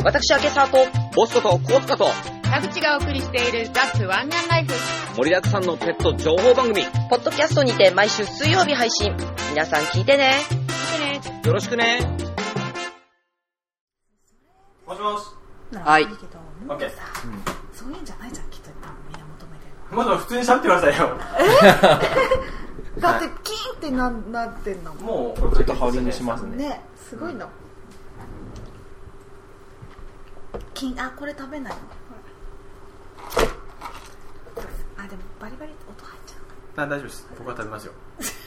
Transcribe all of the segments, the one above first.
私は今朝とボスことコーツカと田口がお送りしているザ・スワンガンライフ。 盛りだくさんのペット情報番組、 ポッドキャストにて毎週水曜日配信。皆さん聞いてね。 見てね。 よろしくね。 もしもし。 はい。 オッケー。 そういうんじゃないじゃん、きっとみんな求めてるもっと普通に喋ってくださいよ。 だってキーンってなってんのもうちょっとハウリングしますね。 ね、すごいの。キン、あ、これ食べないの。あ、でもバリバリ音入っちゃう。 大丈夫です。僕は食べますよ。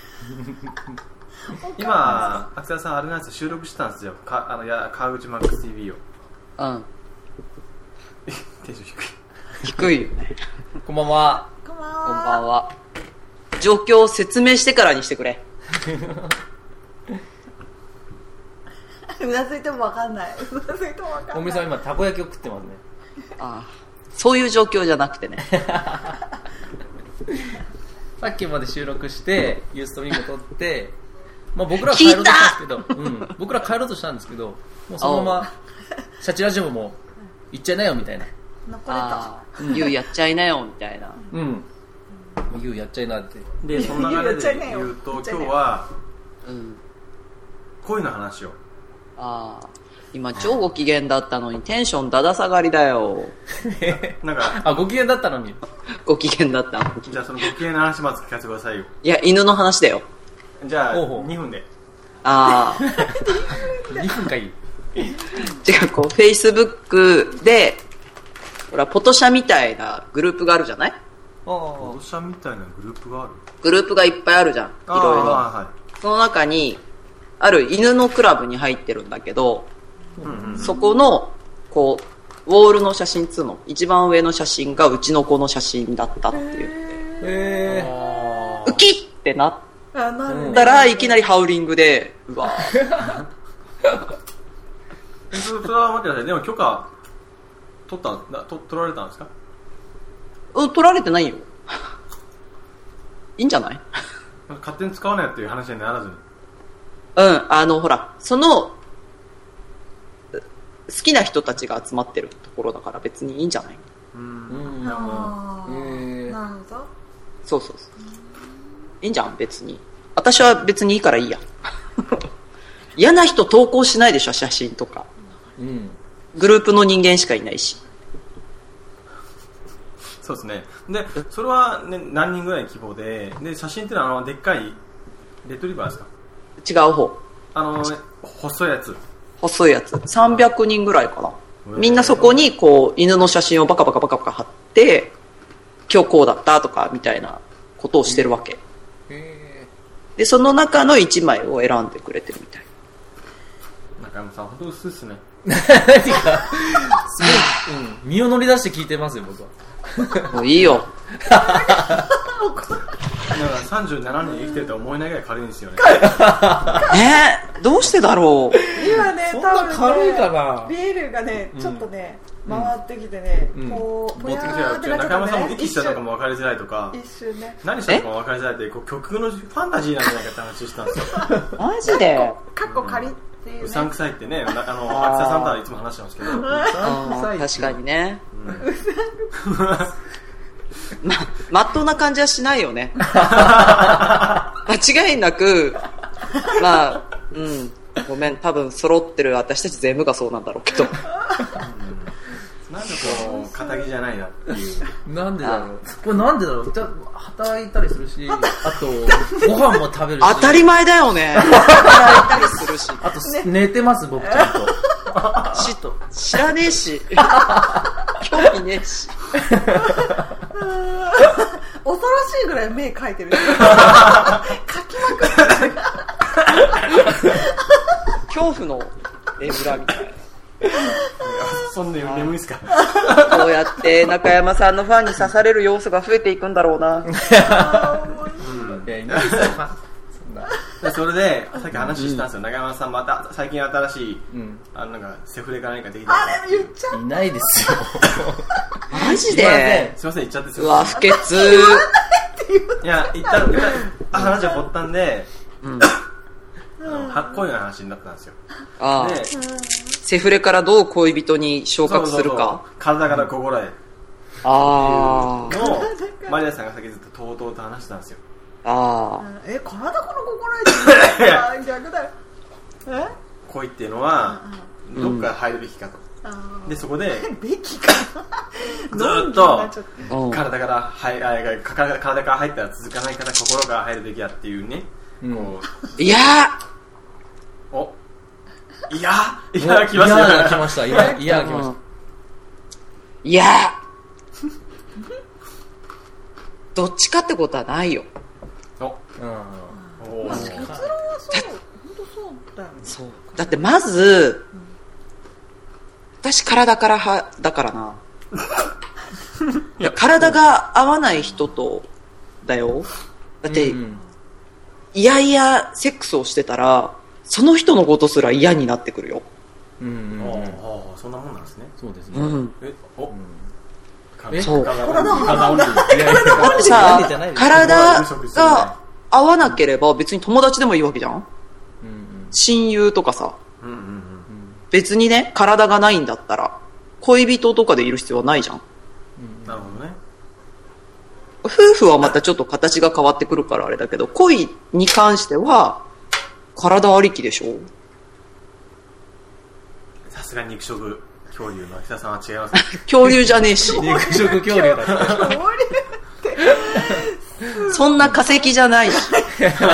今、アクセラさんあれなんですよ、収録してたんですよ。川口マックス TV を。 うん。 テンション低い。 低いよね。 こんばんは。 こんばんこんばは。 んは。状況を説明してからにしてくれ。 うなずいてもわかんない。うなずいてもわかんない。 おみさん今たこ焼きを食ってますね。 ああ、そういう状況じゃなくてね。 さっきまで収録してユーストリーム撮って、まあ僕らは帰ろうとしたんですけど、僕ら帰ろうとしたんですけど、もうそのままシャチラジオも行っちゃいなよみたいな。 残れた。 ユウやっちゃいなよみたいな。 うん。ユーやっちゃいなって。 で、その流れで言うと、今日は恋の話を。 ああ、今超ご機嫌だったのにテンションだだ下がりだよ。 なんか、 あ、ご機嫌だったのに。 ご機嫌だったのに。 じゃあそのご機嫌な話まず聞かせてくださいよ。 いや、犬の話だよ。 じゃあ、 ほうほう 2分で。 ああ。 2分かいい。 違う、こう、Facebook で、ほら、ポトシャみたいなグループがあるじゃない？ ポトシャみたいなグループがある？ グループがいっぱいあるじゃん。いろいろ。 はい、 その中に、ある犬のクラブに入ってるんだけど、そこの、こう、ウォールの写真っつうの、一番上の写真がうちの子の写真だったって言って、ウキッってなったら、いきなりハウリングで、うわー。 それは待ってください。でも許可取られたんですか？ 取られてないよ。いいんじゃない？ 勝手に使わないっていう話にならずに。 ほら、その、好きな人たちが集まってるところだから別にいいんじゃない？ なるほど。 なるほど。 そうそうそう。いいんじゃん、別に。私は別にいいからいいや。嫌な人投稿しないでしょ、写真とか。グループの人間しかいないし。 そうですね。で、それは、ね、何人ぐらい希望で、写真っていうのはでっかいレトリバーですか？ 違う方。 細いやつ。 細いやつ。300人ぐらいかな。みんなそこにこう犬の写真をバカバカバカバカ貼って、今日こうだったとかみたいなことをしてるわけ。で、その中の1枚を選んでくれてるみたい。 中山さん、ほんと薄いっすね。 何か、すごい、身を乗り出して聞いてますよ、僕は。 もういいよ。 だから37年生きてるとは思えないぐらい軽いんですよね。 どうしてだろう。 今ね、 そんな軽いかな。 ビールがね、ちょっとね、回ってきてね、こう、ぼやーってなっちゃったね。 中山さんも息してたのかも分かりづらいとか、 一瞬ね。 何してたのかも分かりづらいって、曲のファンタジーなんじゃないかって話してたんですよ。 マジで。 カッコ仮っていうね。 うさんくさいってね、秋田さんとはいつも話してますけど。 確かにね。まっとうな感じはしないよね。間違いなく、まあ、ごめん、多分揃ってる私たち全部がそうなんだろうけど。 なんかこう、堅気じゃないなっていう。 なんでだろう。これなんでだろう。じゃあ働いたりするし、あとご飯も食べるし。 当たり前だよね。働いたりするし。 あと寝てます僕ちゃんと。 知らねえし。興味ねえし。 恐ろしいぐらい目描いてる。描きまくってる。 恐怖の絵面みたいな。 そんな眠いっすか？ こうやって中山さんのファンに刺される要素が増えていくんだろうな。 いや、いないですよ。 それで、さっき話したんですよ。中山さんまた最近新しい、なんかセフレか何かできた。 あれ言っちゃう。 いないですよ。 マジで？ すいません、言っちゃってすうわ、不潔。 いや、言った話は発端で、恋の話になったんですよ。で、 セフレからどう恋人に昇格するか。 そう体から心へ。 ああ。 のマリアさんが先ずっととうとうと話してたんですよ。 ああ。 体から心得て逆だよ。 恋っていうのはどっから入るべきかと。でそこでべきかずっと体から入ったら続かないから心から入るべきやっていうね。こういやおいや来ました。 来ました。いや来ました。 いやどっちかってことはないよ。 結論はそう。本当そうだよね。 そうだってまず、私体から派だからな。いや体が合わない人とだよ。だって、いやいやセックスをしてたらその人のことすら嫌になってくるよ。 そんなもんなんですね。 そうですね。 そう体が合わなければ別に友達でもいいわけじゃん。親友とかさ、別にね体がないんだったら恋人とかでいる必要はないじゃん。 なるほどね。 夫婦はまたちょっと形が変わってくるからあれだけど、恋に関しては体ありきでしょ。 さすが肉食恐竜の久さんは違いますね。 恐竜じゃねえし。 肉食恐竜だった。 そんな化石じゃないし。 化石。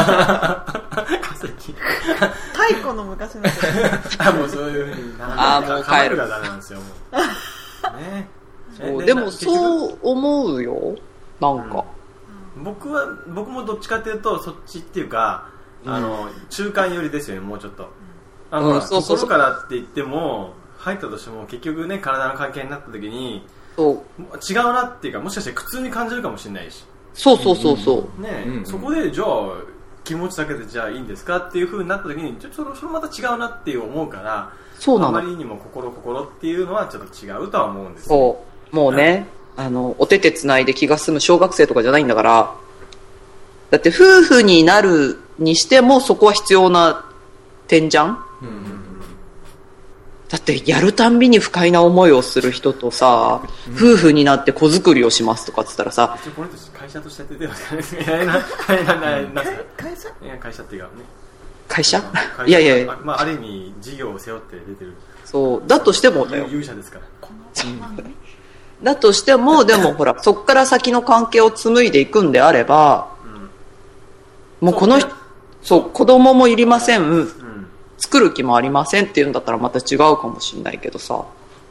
太古の昔の。 もうそういう風にもう帰る。 なんですよ。ね。 でもそう思うよ。なんか。 僕もどっちかっていうとそっちっていうか中間寄りですよね。もうちょっと。心からって言っても。入ったとしても結局ね体の関係になった時に違うなっていうかもしかして苦痛に感じるかもしれないしそうね、 そこでじゃあ気持ちだけでじゃあいいんですかっていう風になった時にそれまた違うなって思うからあまりにも心っていうのはちょっと違うとは思うんですよ。 もうねお手手つないで気が済む小学生とかじゃないんだから。だって夫婦になるにしてもそこは必要な点じゃん。だってやるたんびに不快な思いをする人とさ、夫婦になって子作りをしますとかっつったらさ、 これ会社として出てますかね。会社っていうかね。 会社？いやある意味事業を背負って出てる。 そうだとしてもだよ。 勇者ですから。 だとしてもでもほらそっから先の関係を紡いでいくんであれば、もうこの人子供もいりません。作る気もありませんっていうんだったらまた違うかもしれないけどさ。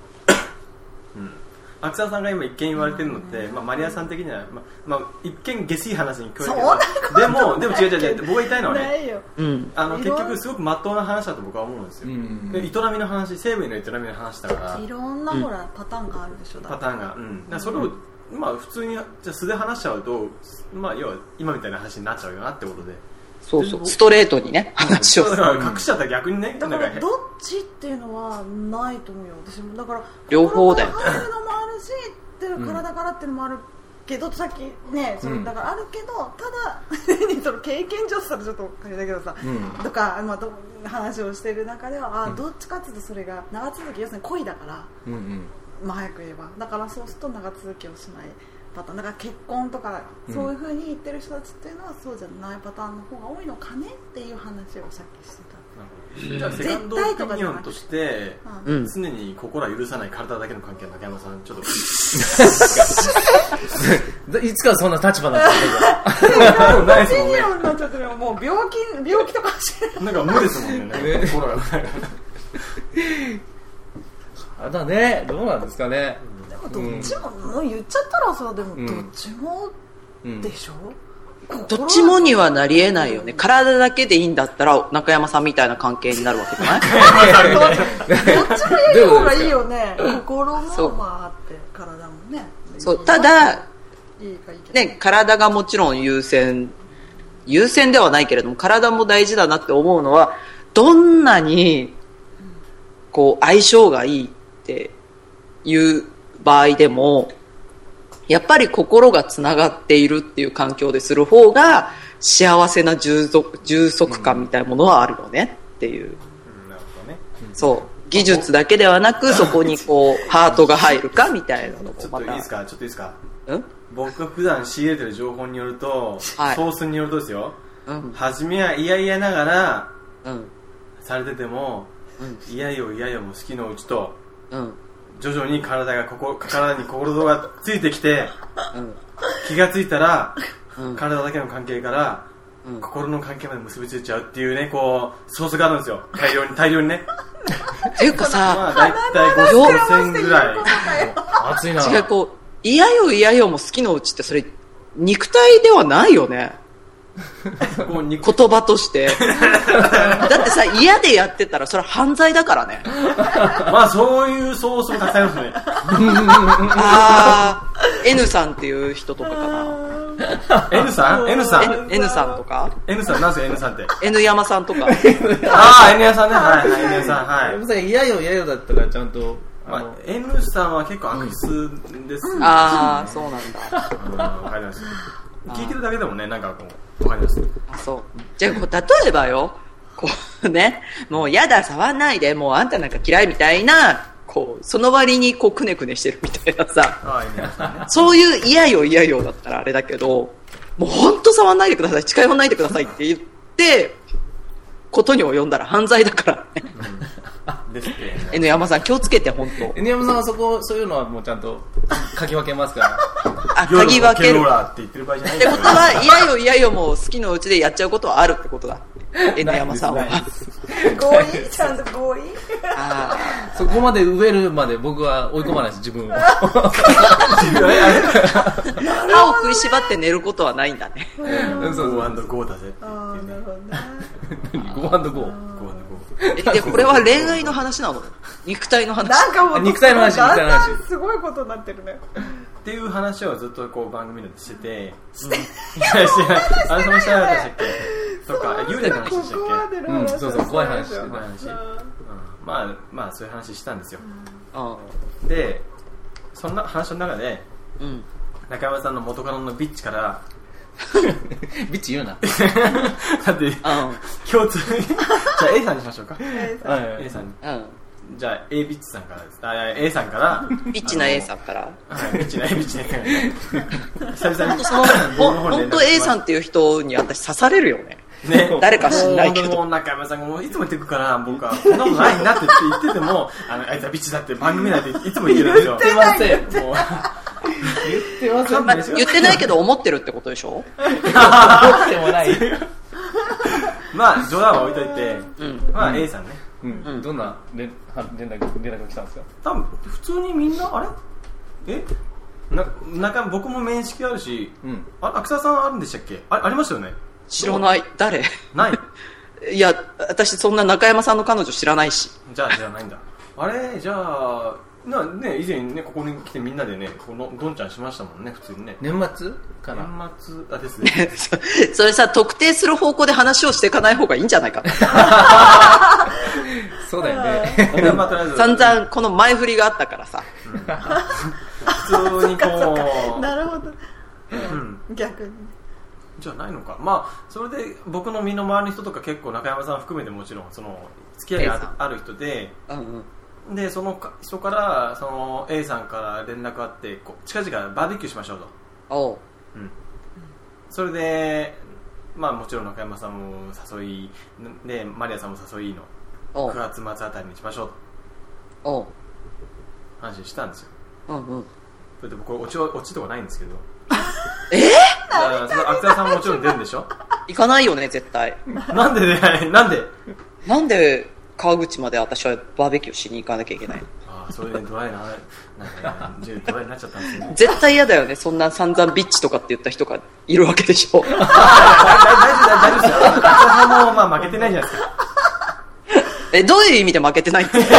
アクサさんが今一見言われてるのって、マリアさん的には、一見下水話に聞こえるけど、でも違う僕が言いたいのはね、結局すごく真っ当な話だと僕は思うんですよ。営みの話、生命の営みの話だから。 いろんなほらパターンがあるでしょ。 パターンが、それを普通にじゃあ素で話しちゃうと、要は今みたいな話になっちゃうよなってことで。 そうストレートにね話をする。 隠しちゃったら逆にね。 だからどっちっていうのはないと思うよ私も。だから両方だよ。 心から入るのもあるしっていう体からっていうのもあるけど、さっきねだからあるけど、ただその経験上したらちょっとあれだけどさ、とか話をしてる中ではどっちかっていうとそれが長続き、要するに恋だから、早く言えばだからそうすると長続きをしないパターンだから結婚とかそういう風に言ってる人たちっていうのはそうじゃないパターンの方が多いのかねっていう話をさっきしてた。 じゃあセカンドオピニオンとして常に心は許さない体だけの関係の中山さんちょっといつからそんな立場になったんだけどオピニオンになっちゃってもう病気とかしてるなんか無ですもんね心がだねどうなんですかね。 どっちも、もう言っちゃったらさでもどっちもでしょ、 どっちもにはなりえないよね。体だけでいいんだったら中山さんみたいな関係になるわけじゃないどっちもいい方がいいよね。心もあって体もね。 そうただね体がもちろん優先ではないけれども体も大事だなって思うのはどんなにこう相性がいいっていう場合でもやっぱり心がつながっているっていう環境でする方が幸せな充足感みたいなものはあるよねっていう、 なるほどね。 そう技術だけではなく、そこにこう、ハートが入るかみたいなのもちょっまた。 といいですか、ちょっといいですか。 うん僕が普段仕入れてる情報によると、 はいソースによるとですよ、 うん。 初めは嫌々ながらうん。 されてても、嫌よ嫌よも好きのうちと、 うん。 徐々に体に心がついてきて、 うん。 気がついたら、 うん体だけの関係から、 うん心の関係まで結びついちゃうっていうね、こう、ソースがあるんですよ。大量にね。 っていうかまさ、 あ、だいたい5000ぐらい。 熱いな。 違う、こう、嫌よ嫌よも好きのうちってそれ、肉体ではないよね。 こう言葉として。だってさ、嫌でやってたらそれは犯罪だからね。 まあ、そういうソースもたくさんありますね。 あー、N さんっていう人とかかな。 N さん ?N さん N さんとか ?N さん、なんすか N さんって。 N 山さんとか。 ああ、N 屋さんね。はい、N 屋さん、はい。 僕さん嫌よ嫌よだったらちゃんと、 まあ、N さんは結構悪質ですね。 あー、そうなんだ。 うんわかります。聞いてるだけでもね、なんかこう、わかります。 あ、そう。じゃあ、こう、例えばよ、こうね、もうやだ、触んないで、もうあんたなんか嫌いみたいな、こう、その割にこう、くねくねしてるみたいなさ、 ああ、N 屋さんね。 そういう嫌よ嫌よだったらあれだけど、もうほんと触んないでください、近寄んないでくださいって言って、ことに及んだら犯罪だからね。 ですね。 N 山さん気をつけて、ほんと。 N 山さんはそういうのはもうちゃんと書き分けますからあ、鍵分ける。 ローラーって言ってる場合じゃないってことは、嫌よ嫌よも好きのうちでやっちゃうことはあるってことだ。N 山さんは。 合意ちゃんと合意あそこまで植えるまで僕は追い込まないです、自分を。 歯を食いしばって寝ることはないんだね。 ゴーゴーだぜ。 ああ、なるほどね。 ゴー&ゴー。 ゴーゴー。 で、これは恋愛の話なの？肉体の話。 なんかもう、 肉体の話だんだん肉体の話すごいことになってるね。 っていう話をずっとこう番組でしてて、いや、してない。あれ、そのしてなかったでしたっけとか、幽霊の話でしたっここまでのうん話そうそう怖い話そう怖い話けまあ、そういう話したんですよ。 あで、そんな話の中で、 うん。 中山さんの元カノのビッチから、 ビッチ言うな。 だって、共通に、じゃあ A さんにしましょうか。 はい A さんに。 うん。 じゃあ A ビッチさんからです。A さんから、 ビッチな A さんから。 はい、ビッチな A ビッチね。久々に、 本当 A さんっていう人に私刺されるよね。 ね、 誰か知んないけど。 もう中山さんがもういつも言ってくから、僕はこんなことないなって言ってても、あいつはビッチだって番組内でいつも言ってるんですよ。 言ってません。 もう言ってませんまあでしょ。 言ってないけど思ってるってことでしょ？ 思ってもない。 まあ冗談は置いといて、 うん。 まあ A さんね。 うん。どんな連絡が来たんですか？ 多分普通にみんな、あれ僕も面識あるし、 うん。 秋沢さんあるんでしたっけ？ありましたよね。 知らない。誰？ ない。 いや、私そんな中山さんの彼女知らないし。 じゃあないんだ。あれじゃあね、以前ねここに来てみんなでねこのどんちゃんしましたもんね、普通にね。 年末かな。 年末ですね。 それさ、特定する方向で話をしていかない方がいいんじゃないかな。 そうだよね。 でまあとりあえず散々この前振りがあったからさ。 普通にこうなるほど。 うん逆に。 じゃないのか。まあそれで僕の身の回りの人とか結構中山さん含めてもちろんその付き合いがある人で、 うんうん。 でその人からその A さんから連絡あって近々バーベキューしましょうと。 おう。 それでまあもちろん中山さんも誘いでマリアさんも誘いのおう。 9月末あたりにしましょうとおう。 話したんですよ。 うんうん。 それでこれオチとかないんですけど。 えだからその秋田さんももちろん出るんでしょ。 行かないよね、絶対。 なんで出ない？なんで？ なんで川口まで私はバーベキューしに行かなきゃいけないの？ ああ、それでドライな、なんかね、ドライになっちゃったんですね。 絶対嫌だよね、そんな散々ビッチとかって言った人がいるわけでしょ。 大丈夫ですよ。秋田さんもまあ負けてないじゃないですか。 どういう意味で負けてないんですか？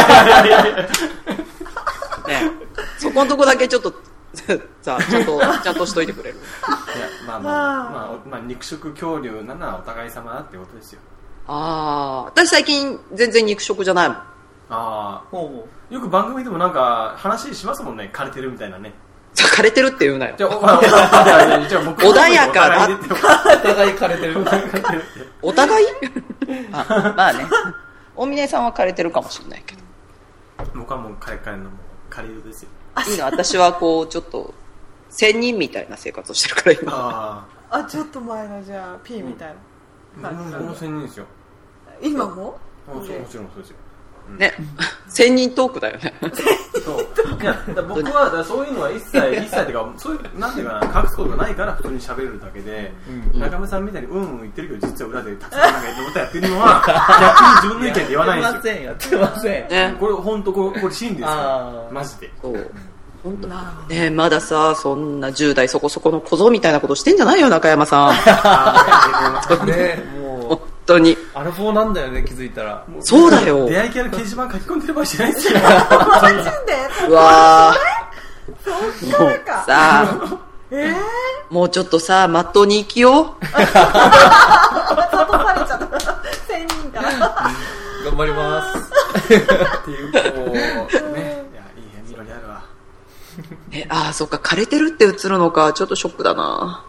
ね、そこのとこだけちょっとさあちゃんとしといてくれる？ いやまあ肉食恐竜ならお互い様だってことですよ。 ああ、私最近全然肉食じゃないもん。 ああ、よく番組でもなんか話しますもんね、枯れてるみたいなね。 枯れてるって言うなよ。 じゃあ僕穏やかだ。 お互い枯れてる。 お互いまあね。大峰さんは枯れてるかもしれないけど。 僕はもう彼のもう仮色ですよ。 いいの、私はこうちょっと仙人みたいな生活をしてるから今。 あ、ちょっと前のじゃあ P みたいな感じ。 僕も仙人ですよ。 今も？ もちろんそうですよ。 ね、仙人トークだよね。 そう。いや、僕はそういうのは一切っていうか、そういうなんていうかな、隠すことがないから普通に喋るだけで、中村さんみたいに言ってるけど実は裏でたくさんなんかやってことやってるのは逆に自分の意見で言わないんですよ。 やってません。 ね、 これ本当これ真理ですよ。マジで。そう。 本当ね、まださ、そんな10代そこそこの小僧みたいなことしてんじゃないよ、中山さん。 ね、もう。 本当にアラフォーなんだよね、気づいたら。 そうだよ。 出会い系の掲示板書き込んでる場合じゃないですよ。 マジで。 うわー、そっからか。 さあ、もうちょっとさ、まっとうに生きよう。 諭されちゃった。仙人から。 頑張ります。 っていうこうね、いやいい緑あるわ。 ああ、そっか、枯れてるって映るのか、ちょっとショックだな。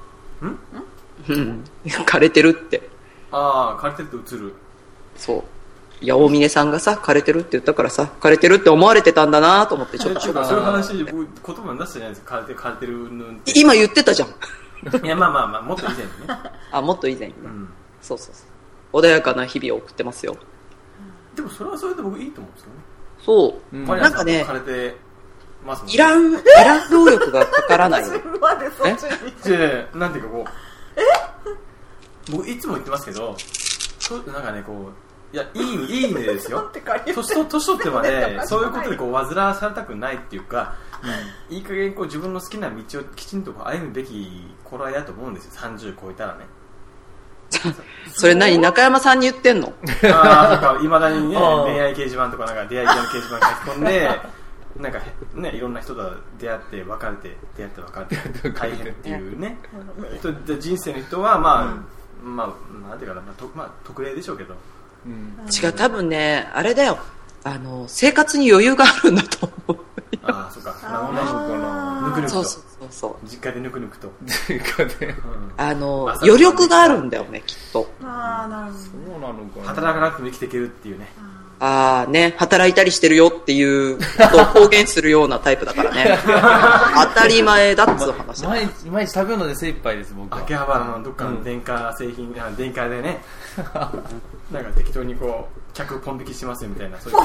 枯れてるって。 ああ、枯れてるって映る。 そう。いや、大峰さんがさ、枯れてるって言ったからさ、枯れてるって思われてたんだなと思ってちょっと。 そういう話、僕言葉に出したじゃないですか、枯れてる今言ってたじゃん。 いや、まあ、もっと以前にね。 あ、もっと以前にね。そう。穏やかな日々を送ってますよ。 でもそれはそれで僕いいと思うんですよね。 そう。なんかね、 枯れてますもんね。 いらん労力がかからない。 なんていうかこう。僕いつも言ってますけど、なんかね、こう、いや、いい意味でですよ。年取ってまで、そういうことでこう、煩わされたくないっていうか、いい加減こう、自分の好きな道をきちんとこう歩むべき頃合いだと思うんですよ、30超えたらね。 それ何、中山さんに言ってんの？ ああ、いまだにね、恋愛掲示板とかなんか出会い系の掲示板書き込んで、なんかね、いろんな人と出会って別れて、大変っていうね。人生の人は、なんていうかな、特例でしょうけど。 違う、多分ね、あれだよ。生活に余裕があるんだと思う。 ああ、そっか。ぬくぬくと。 そう。 実家でぬくぬくと。 実家で。 余力があるんだよね、きっと。 ああ、なるほど。 そうなのかな。 働かなくても生きていけるっていうね。 ああね、働いたりしてるよっていうことを公言するようなタイプだからね。当たり前だっつう話だ。 毎日食べるので精一杯です、僕は。 秋葉原のどっかの電化製品、電化でね、なんか適当にこう、客ポン引きしますよみたいな、そうい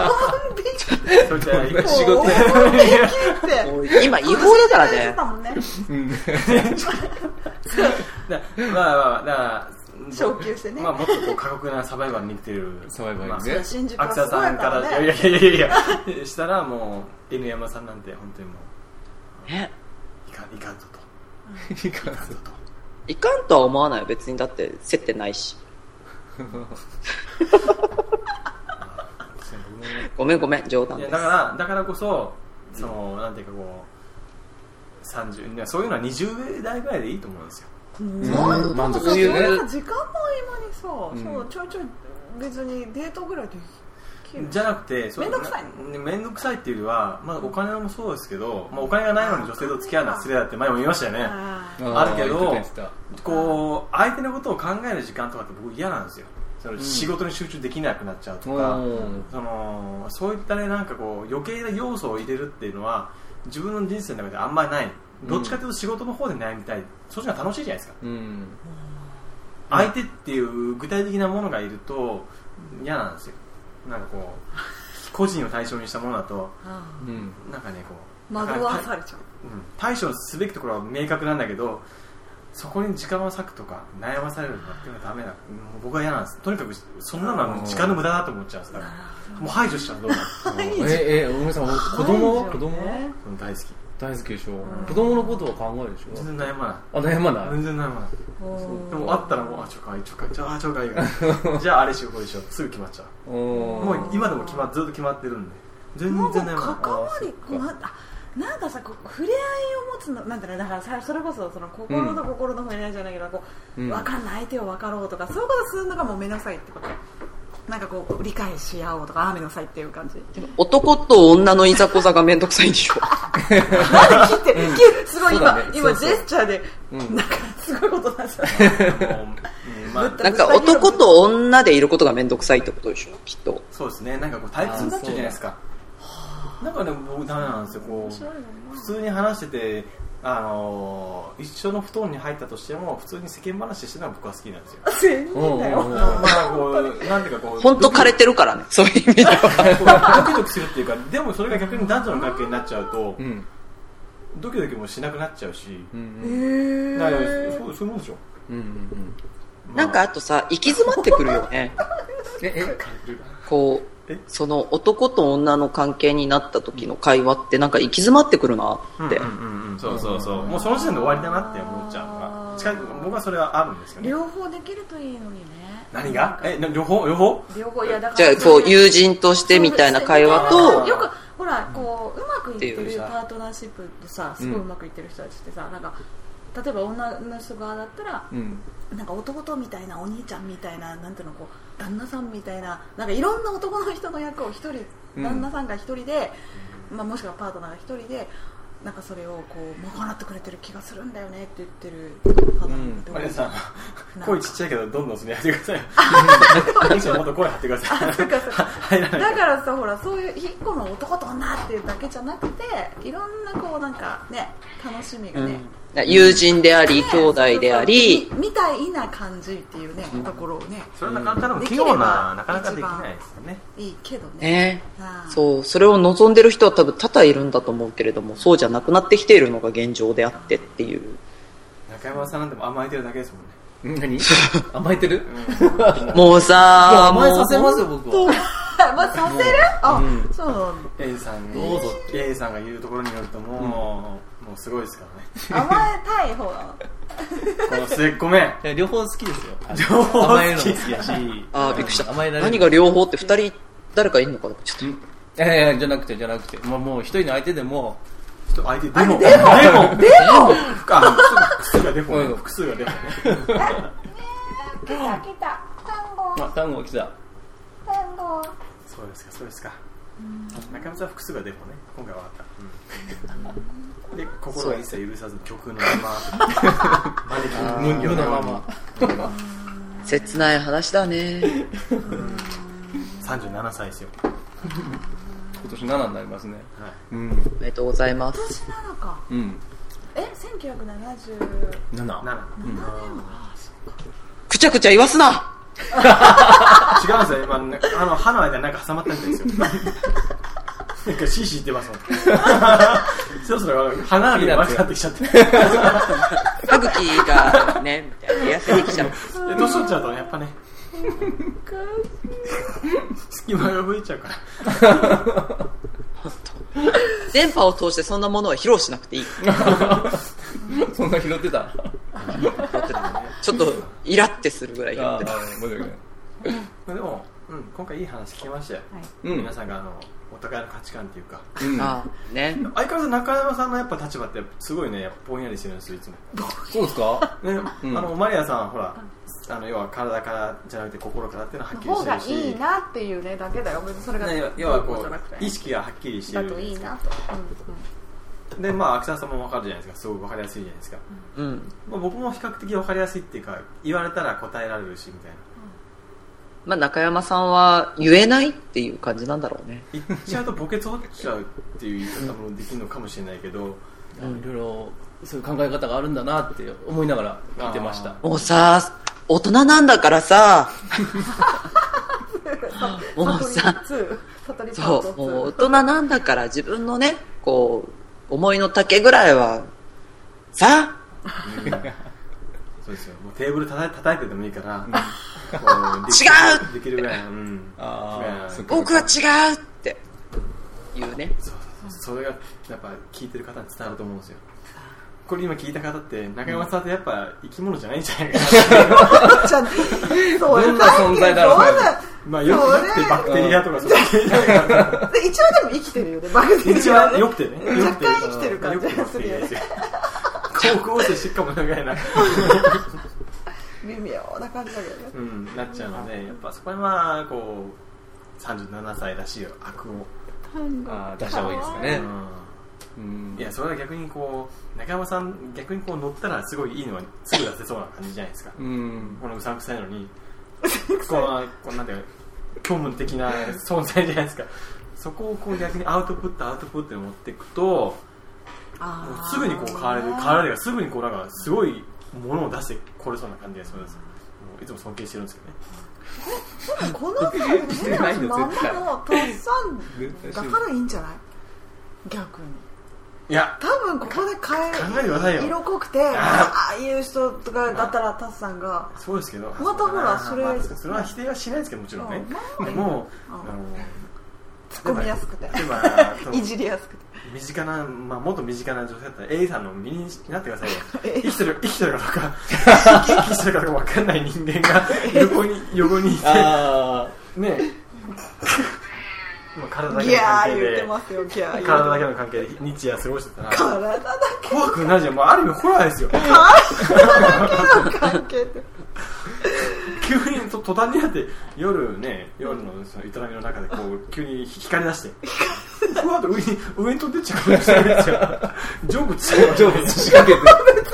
った仕事今違法だからね。 まあ昇級してね。 もっとこう過酷なサバイバルに生きてるサバイバルね。 秋田さんからいやしたらもう N 山さんなんて本当にもういかんぞと。 いかんとは思わないよ、別に。だって接点ないし。ごめん、冗談です。 だからこそ、そのなんていうかこう30、そういうのは20代ぐらいでいいと思うんですよ。 満足するね。時間の合間にさ、そうちょい別にデートぐらいでじゃなくて、めんどくさいっていうよりは、お金もそうですけど、お金がないのに女性と付き合うのは失礼だって前も言いましたよね。あるけど、こう相手のことを考える時間とかって僕嫌なんですよ。その仕事に集中できなくなっちゃうとか、そういったね、なんかこう余計な要素を入れるっていうのは自分の人生の中であんまりない。どっちかというと仕事の方で悩みたい。そっちが楽しいじゃないですか。相手っていう具体的なものがいると嫌なんですよ。なんかこう個人を対象にしたものだと、なんかねこう惑わされちゃう。 対処すべきところは明確なんだけど、そこに時間を割くとか悩まされるとかっていうのはダメだ。僕は嫌なんです。とにかくそんなのは時間の無駄だと思っちゃうんですから、もう排除しちゃう。どうな大梅さん、子供大好き。 大好きでしょ。子供のことは考えるでしょ。 全然悩まない。 悩まない。 全然悩まない。でもあったらもうちょかわいいからじゃああれしようこれしようすぐ決まっちゃう。もう今でもずっと決まってるんで全然悩まない。 関わりなんかさ、触れ合いを持つのなんていうの、だからさ、それこそその心と心の触れ合いじゃないけど、こう分かんない相手を分かろうとか、そういうことするのがもうめんどくさいってこと。なんかこう理解し合おうとか、めんどくさいっていう感じ。 男と女のいざこざがめんどくさいんでしょ。 なんで切ってすごい今ジェスチャーでなんかすごいことになっちゃった。 なんか男と女でいることがめんどくさいってことでしょ、きっと。 そうですね。なんかこう対立になっちゃうじゃないですか。 なんかね僕ダメなんですよ。こう普通に話してて一緒の布団に入ったとしても普通に世間話してるのは僕は好きなんですよ。 全然だよ。 まあこうなんていうかこう本当枯れてるからね、そういう意味では。 ドキドキするっていうか、でもそれが逆に男女の関係になっちゃうと、ドキドキもしなくなっちゃうし、だからそういうもんでしょ。 なんかあとさ、行き詰まってくるよね。こうその男と女の関係になった時の会話ってなんか行き詰まってくるなって。 そうそうそう。もうその時点で終わりだなって思っちゃうのが、僕はそれはあるんですよね。 両方できるといいのにね。 何が？両方？ いやだから。 じゃあこう友人としてみたいな会話と、 よくほらこううまくいってるパートナーシップとさ、すごいうまくいってる人たちってさ、なんか例えば女の人側だったら、なんか弟みたいなお兄ちゃんみたいな、なんていうの、こう旦那さんみたいな、なんかいろんな男の人の役を一人、旦那さんが一人で、まあ、もしくはパートナーが一人でなんかそれをこう賄ってくれてる気がするんだよねって言ってる方マリアさん、声ちっちゃいけどどんどんそれやってください。もっと声張ってください。 だからさ、ほらそういう一個の男と女っていうだけじゃなくて、いろんなこうなんかね、楽しみがね、 友人であり、兄弟でありみたいな感じっていうね、ところをね、 それはなかなか器用な、なかなかできないですよね。 いいけどね。 そう、それを望んでる人は多分多々いるんだと思うけれども、そうじゃなくなってきているのが現状であってっていう。 中山さんなんても甘えてるだけですもんね。 何？甘えてる？ もうさ、 甘えさせますよ僕は。 まあ、させる？あ、そうなんだ。 A さんどうぞ。A さんが言うところによるともうすごいですからね。甘えたい方なの。 この末っ子め。 両方好きですよ。 両方甘えるのも好きだし。 あ、びっくりした。 甘えられる。 何が両方って2人誰かいるのかな、ちょっと。 じゃなくて、もう一人の相手でも。 相手でも複数がデフォね。複数がデフォね。 来た。 単語来た。 そうですか。中山さん複数がデフォね。今回は分かった。で、心は一切許さず曲のまま無行のまま。 切ない話だね。 37歳ですよ。 今年7になりますね。 おめでとうございます。 今年7か。1977。 くちゃくちゃ言わすな。 違うんですよ。今歯の間になんか挟まったんですよ。なんかシーシー言ってますもん。そろそろ歯並びが悪くなってきちゃって。 歯茎がね、みたいな痩せてきちゃう。 年取っちゃうとやっぱね。隙間が増えちゃうから。 電波を通してそんなものは披露しなくていい。 そんな拾ってた。 ちょっとイラってするぐらい拾ってた。 でも、今回いい話聞きましたよ。皆さんがお互いの価値観っていうか。 ね。 相変わらず中山さんのやっぱ立場ってすごいね、ぼんやりしてるんですよいつも。 そうですか？ ね、マリアさんほら。要は体からじゃなくて心からっていうのははっきりしてるし、 方がいいなっていうねだけだよ。それが要はこう意識がはっきりしてるだといいなと。 でまあ秋澤さんも分かるじゃないですか。すごく分かりやすいじゃないですか。まあ、僕も比較的分かりやすいっていうか言われたら答えられるしみたいな。 まあ中山さんは言えないっていう感じなんだろうね。 言っちゃうと墓穴掘っちゃうっていう言い方もできるのかもしれないけど、 いろいろそういう考え方があるんだなって思いながら聞いてました。 もうさ、大人なんだからさ、もうさ、そう、もう大人なんだから自分のね、こう思いの丈ぐらいはさ、 そうですよ。もうテーブル叩いてでもいいから、 違うできるぐらいの、 僕は違うっていうね。 それがやっぱ聞いてる方に伝わると思うんですよ。これ今聞いた方って中山さんってやっぱ生き物じゃないんじゃないかな。 どんな存在だろう。 まあよくてバクテリアとかそういう一応でも生きてるよね。バクテリア一応よくてね。 若干生きてる感じがするよね。 遠く落ちてしっかも長いな。 微妙な感じだけどね。 なっちゃうのでやっぱそこはこう37歳らしい悪を出した方がいいですかね。 いやそれは逆にこう中山さん逆にこう乗ったらすごいいいのはすぐ出せそうな感じじゃないですか。このうさんくさいのにこうなんていう虚無的な存在じゃないですか。 そこをこう逆にアウトプットに持っていくと、もうすぐにこう変われがすぐにこうなんかすごいものを出してこれそうな感じがするんですよ。もういつも尊敬してるんですけどね。 でもこのさ変なまんまのとっさんだからいいんじゃない？逆に。いや多分ここで考えてくださいよ。 色濃くてああいう人とかだったらタスさんがそうですけど、 またほらそれは否定はしないですけど、もちろんね。でも突っ込みやすくていじりやすくて身近な、もっと身近な女性だったら A さんの身になってくださいよ。生きてるかどうか生きてるかどうか分かんない人間が横にいてね体だけの関係で体だけの関係で日夜過ごしてたら体だけ怖くなるじゃん。もうある意味ホラーですよ。 体だけの関係って急に途端になって夜のその営みの中でこう急に光り出してふわっと上に飛んでっちゃうかもしれないですよ。成仏仕掛けて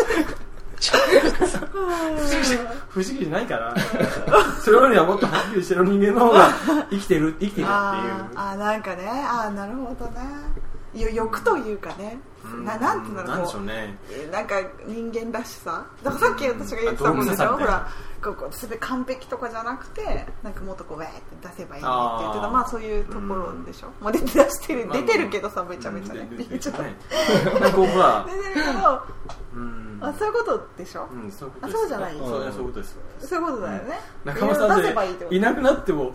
不思議じゃないからそれよりはもっとはっきりしてる人間の方が生きてるっていうなんかねなるほどね欲というかねなんていうんだろう、 なんでしょうね、 なんか人間らしさだからさっき私が言ってたもんでしょ、ほらこうすべ完璧とかじゃなくてなんかもっとこうウェーって出せばいいねって言ってたそういうところでしょ、出てるけどさめちゃめちゃね出てるけどそういうことでしょ、そうじゃない、 そういうことです、 そういうことだよね、 仲間さんでいなくなっても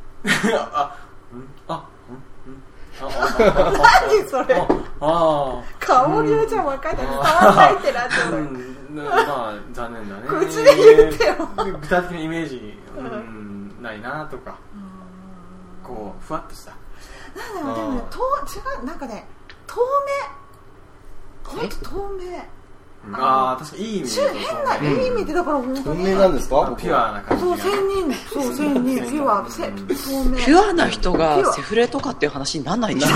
何それ顔色じゃ分かんない触ってなって残念だね。 口で言ってよ。 具体的なイメージないなとかこうふわっとしたでもね違うなんかね透明ほんと透明確かにいい意味で変ないい意味でだから本当に透明なんですか？ ピュアな感じ。 そう仙人ピュア透明。 ピュアな人がセフレとかっていう話にならないんですよ。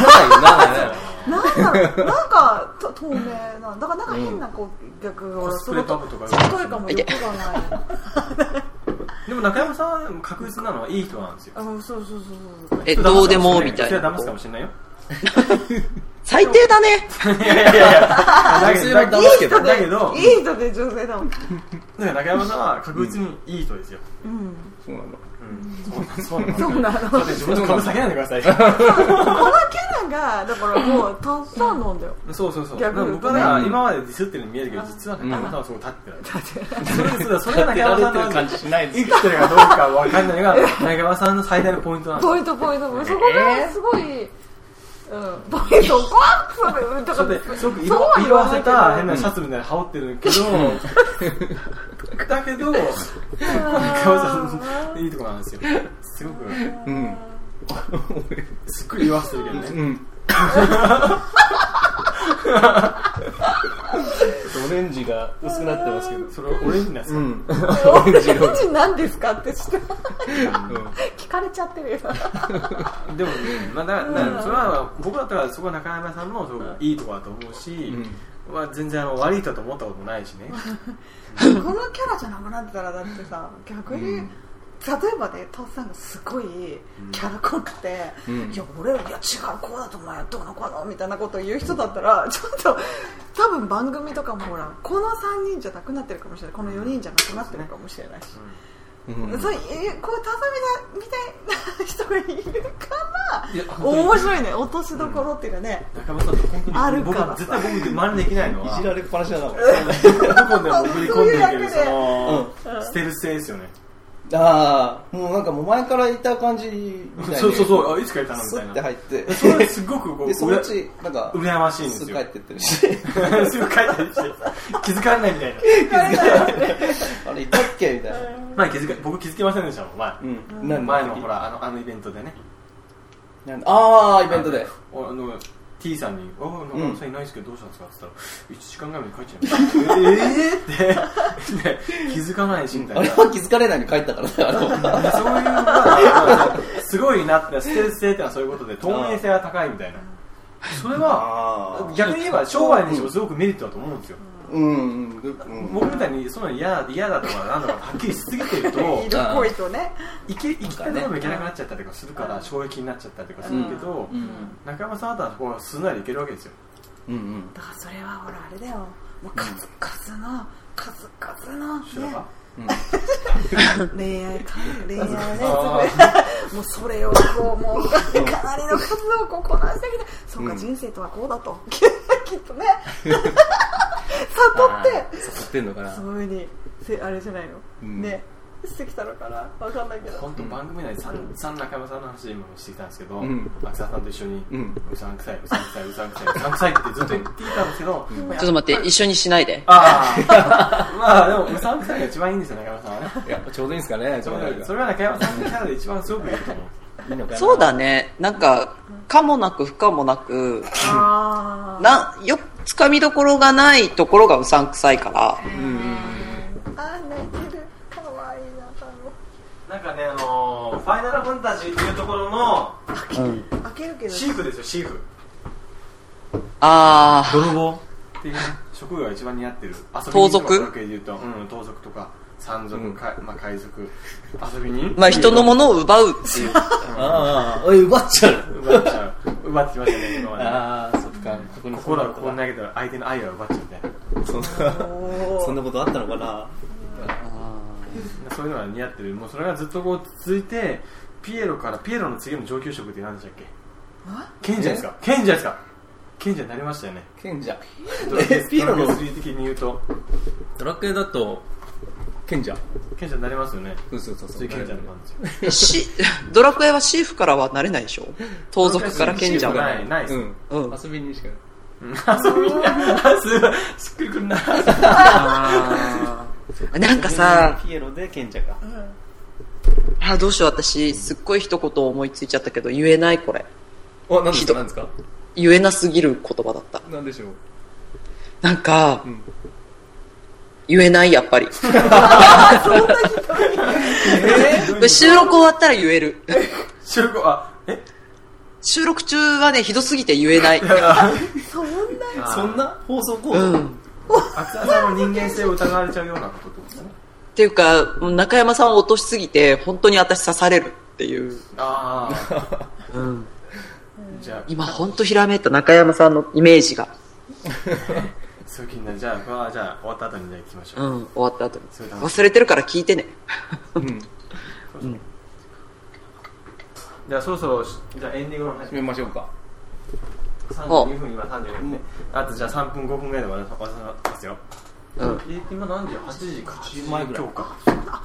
なんか透明なだからなんか変なこう逆コスプレパブとか例えかもよくがない。 でも中山さんは確実なのはいい人なんですよ。 そうどうでもみたいな。 騙すかもしれないよ。 最低だね。 いやだけどいい人で女性だもん。 だから中山さんは確実にいい人ですよ。 そうなの。 そうなの。 自分の株下げないでください。 このキャラがだからもうたくさんなんだよ。 そう。僕は今までディスってるの見えるけど実は中山さんはすごい立ってる。それが中山さんの感じしないです。 生きてるかどうか分かんないのが中山さんの最大のポイントなんですよ。 ポイント。そこがすごい。ポイントそれですごく色あせた変なシャツみたいな羽織ってるけどだけどこれ川さんいいとこなんですよ。すごくすっごい色あせてるけどね。 オレンジが薄くなってますけど、 それオレンジなんですか？オレンジなんですかって聞かれちゃってるよ。 でもそれは僕だったらそこは中山さんのすごくいいところだと思うし、全然悪い人だと思ったこともないしね。 このキャラじゃなくなってたらだってさ逆に。例えばね、タオさんがすごいキャラ濃くて、いや俺違うこうだと思うよどうのこうのみたいなことを言う人だったらちょっと多分番組とかもほらこの3人じゃなくなってるかもしれない、この4人じゃなくなってるかもしれないし、そういうタサミみたいな人がいるから面白いね、落としどころっていうかね、 中村さんと本当に僕は絶対僕真似できないのはいじられっぱなしだなこれ。 どこでも送り込んでるけどそのステルス性ですよね。 もうなんかもう前からいた感じみたいな。 そういつからいたのみスッてたいな。 入って。 それすごくこうそのうちなんか羨ましいんですよ。 すぐ帰ってってるし。 すぐ帰ってるし気づかれないみたいな。 あれいたっけみたいな。 僕気づきませんでしたもん前のほらあのイベントでね。 イベントで。 T さんに「中村さんいないですけどどうしたんですか?」って言ったら1時間ぐらいに帰っちゃいましたって気づかないしみたいな。 あれは気づかれないに帰ったからね。 そういうすごいなってステルス性ってのはそういうことで透明性が高いみたいな。 それは逆に言えば商売にしてもすごくメリットだと思うんですよ。僕みたいにその嫌だとかなんだかはっきりしすぎてると色っぽいとね行きたいところも行けなくなっちゃったりとかするから衝撃になっちゃったりとかするけど、中山さんだったらそこはすんなり行けるわけですよ。 だからそれはほらあれだよ、もう数々のね恋愛ねもうそれをこうもうかなりの数をこうこなしてきて、そうか人生とはこうだときっとね悟ってんのかな、 そういうふうにあれじゃないの、ねしてきたのかな分かんないけど、 本当番組内で中山さんの話今もしてきたんですけど、秋沢さんと一緒にうさんくさいうさんくさいってずっと言っていたんですけど、 ちょっと待って、一緒にしないで。 まあでもうさんくさいが一番いいんですよ、中山さんはね。 いやちょうどいいんですかね。 それは中山さんのキャラで一番すごくいいと思う。 そうだね、なんか可もなく不可もなくつかみどころがないところがうさんくさいから。 泣いてる、かわいいな。 なんかねファイナルファンタジーっていうところの開けるけどシーフですよ、シーフ。 泥棒っていうね、職業が一番似合ってる。 盗賊盗賊とか山賊、海賊、遊びに人のものを奪うっていう奪っちゃう奪ってきましたね、今まで。 そっか、 心をここに投げたら相手の愛を奪っちゃうみたいな。 そんなことあったのかな。 そういうのが似合ってる。もうそれがずっとこう続いて、ピエロの次の上級職って何でしたっけ？賢者ですか？賢者になりましたよね。 賢者。 ピエロの3的に言うとドラクエだと賢者になりますよね。 そう賢者の番ですよ。 ドラクエはシーフからはなれないでしょ。盗賊から賢者はないです。 遊びにしか遊びにしっくりくるな。 なんかさ、 ピエロで賢者か。 どうしよう、私すっごい一言思いついちゃったけど言えない。これ何ですか？ 言えなすぎる言葉だった。 なんでしょう。 なんか、言えない、やっぱり。収録終わったら言える。収録中はね、ひどすぎて言えない。 そんな放送コード。 秋沢さんの人間性を疑われちゃうようなことってことですね。 っていうか、中山さんを落としすぎて本当に私刺されるっていう。 じゃあ今本当ひらめいた、中山さんのイメージが。 そういう気になる。じゃあ終わった後にじゃあ行きましょう。 終わった後に。忘れてるから聞いてね。 じゃあそろそろじゃあエンディングの始めましょうか。 32分、今32分で、あとじゃあ3分5分ぐらいで終わらせますよ。今何時？ 8時前ぐらい。今日か。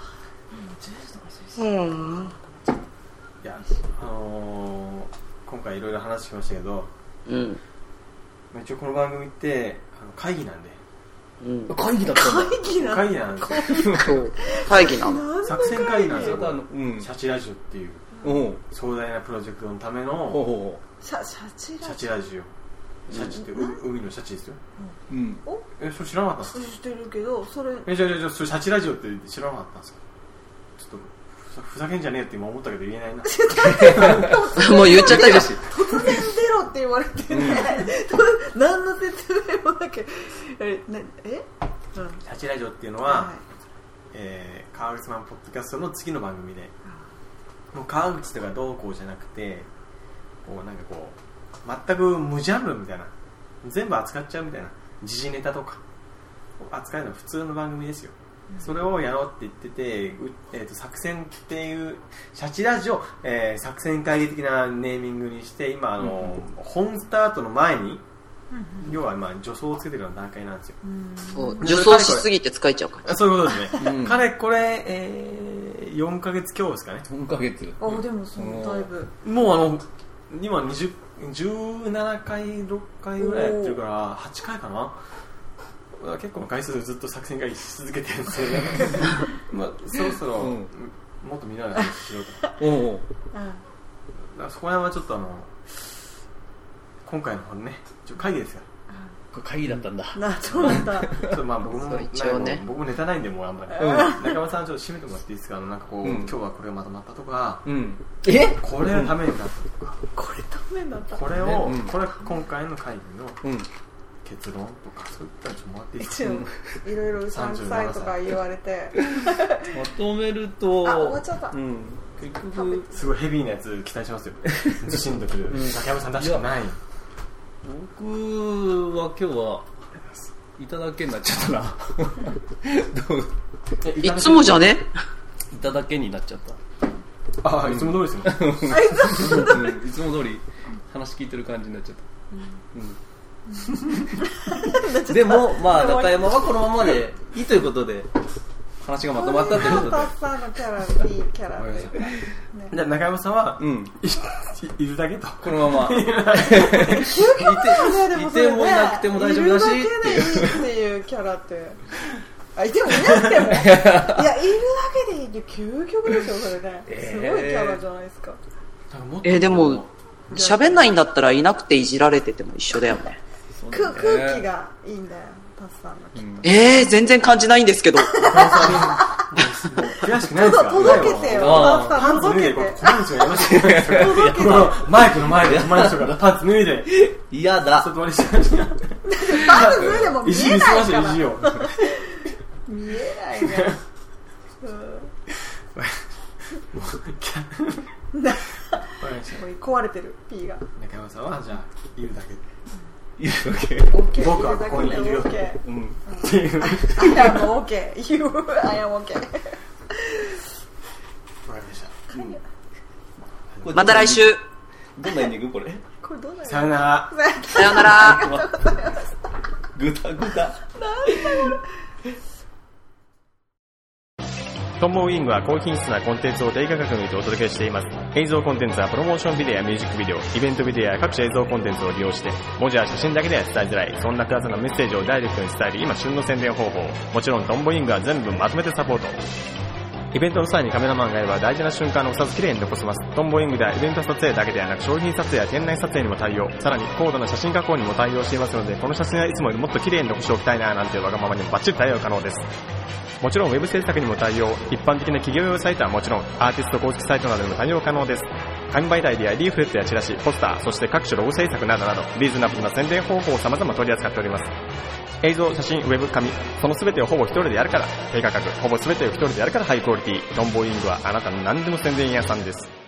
いや、今回いろいろ話しましたけど、一応この番組って会議なんで。 会議だったんだ。 会議なんですよ。 会議なの。 作戦会議なんですよ。シャチラジオっていう壮大なプロジェクトのためのシャチラジオ。シャチって海のシャチですよ。それ知らなかったんですか？ 知ってるけど、それじゃあそれシャチラジオって知らなかったんですか？ちょっとふざけんじゃねえって今思ったけど言えないな。 もう言っちゃったよ。 突然出ろって言われてね。何の説明もなきゃ。 シャチラジオっていうのは、川口マンポッドキャストの次の番組で、もう川口とかどうこうじゃなくて、こうなんかこう全く無ジャンルみたいな、全部扱っちゃうみたいな、時事ネタとか扱えるのは普通の番組ですよ。それをやろうって言ってて、作戦っていうシャチラジオ、作戦会議的なネーミングにして、今本スタートの前に、要は今助走をつけてるような段階なんですよ。 助走しすぎて疲れちゃうから。 そういうことですね。かれこれ、4ヶ月強ですかね。 4ヶ月。 でもそのだいぶ。 もう今17回6回ぐらいやってるから8回かな。結構の回数ずっと作戦会議し続けてるんですよね。そろそろもっとみんなで話しようと。だからそこら辺はちょっと今回のね会議ですからこれ会議だったんだ。 そうだった。 ちょっとまあ僕も一応ね僕もネタないんでもうあんまり。中村さんちょっと締めてもらっていいですか。なんかこう、今日はこれがまとまったとか、これのためになったとか、 これためになった。 これをこれ今回の会議の結論とかそういったのちょっともらっていいですか。 いろいろうさんくさいとか言われて。 まとめると、 終わっちゃった。 結局すごいヘビーなやつ期待しますよ。ずしんとくる。中山さんらしくない。 僕は今日はいただけになっちゃったな。 いつもじゃね？ いただけになっちゃった。 ああ、いつも通りですよ。 いつも通り話聞いてる感じになっちゃった。でもまあ中山はこのままでいいということで話がまとまったということで。 タッサンのキャラいいキャラで。 じゃあ中山さんは、いるだけと。 このまま。いてもいなくても大丈夫だしっていう。 いるだけでいいっていうキャラって。いてもいなくても。いや、いるだけでいいって究極ですよ、それね。すごいキャラじゃないですか。 でも、喋んないんだったらいなくていじられてても一緒だよね。 空気がいいんだよ、タスさんの。 全然感じないんですけど。 悔しくないですか。 届けてよ、タスさん届けて。 このマイクの前で前の人からパンツ脱いで。 嫌だ。 外割りしてました。 パンツ脱いでも見えないから。意地を。見えないね。壊れてる P が。 中山さんはじゃあいるだけ。 いるだけ。 僕はここにいるよ。っていう。 I am OK. You, I am OK. わかりました。 また来週。 どんなエンディングこれ？ これどうなの？ さよなら。 さよなら。 ぐたぐた。 トンボウィングは高品質なコンテンツを低価格にてお届けしています。映像コンテンツはプロモーションビデオやミュージックビデオ、イベントビデオや各種映像コンテンツを利用して、文字や写真だけでは伝えづらい、そんなクラスなメッセージをダイレクトに伝える今旬の宣伝方法。もちろんトンボウィングは全部まとめてサポート。イベントの際にカメラマンがいれば大事な瞬間をさず綺麗に残せます。トンボウィングではイベント撮影だけではなく商品撮影や店内撮影にも対応。さらに高度な写真加工にも対応していますので、この写真はいつもよりもっと綺麗に残しておきたいななんていうわがままにもバッチリ対応可能です。もちろんウェブ制作にも対応。一般的な企業用サイトはもちろん、アーティスト公式サイトなどにも対応可能です。紙媒体でやリーフレットやチラシ、ポスター、そして各種ロゴ制作などなど、リーズナブルな宣伝方法を様々取り扱っております。映像、写真、ウェブ、紙、その全てをほぼ一人でやるから、低価格、ほぼ全てを一人でやるからハイクオリティ。トンボウィングはあなたの何でも宣伝屋さんです。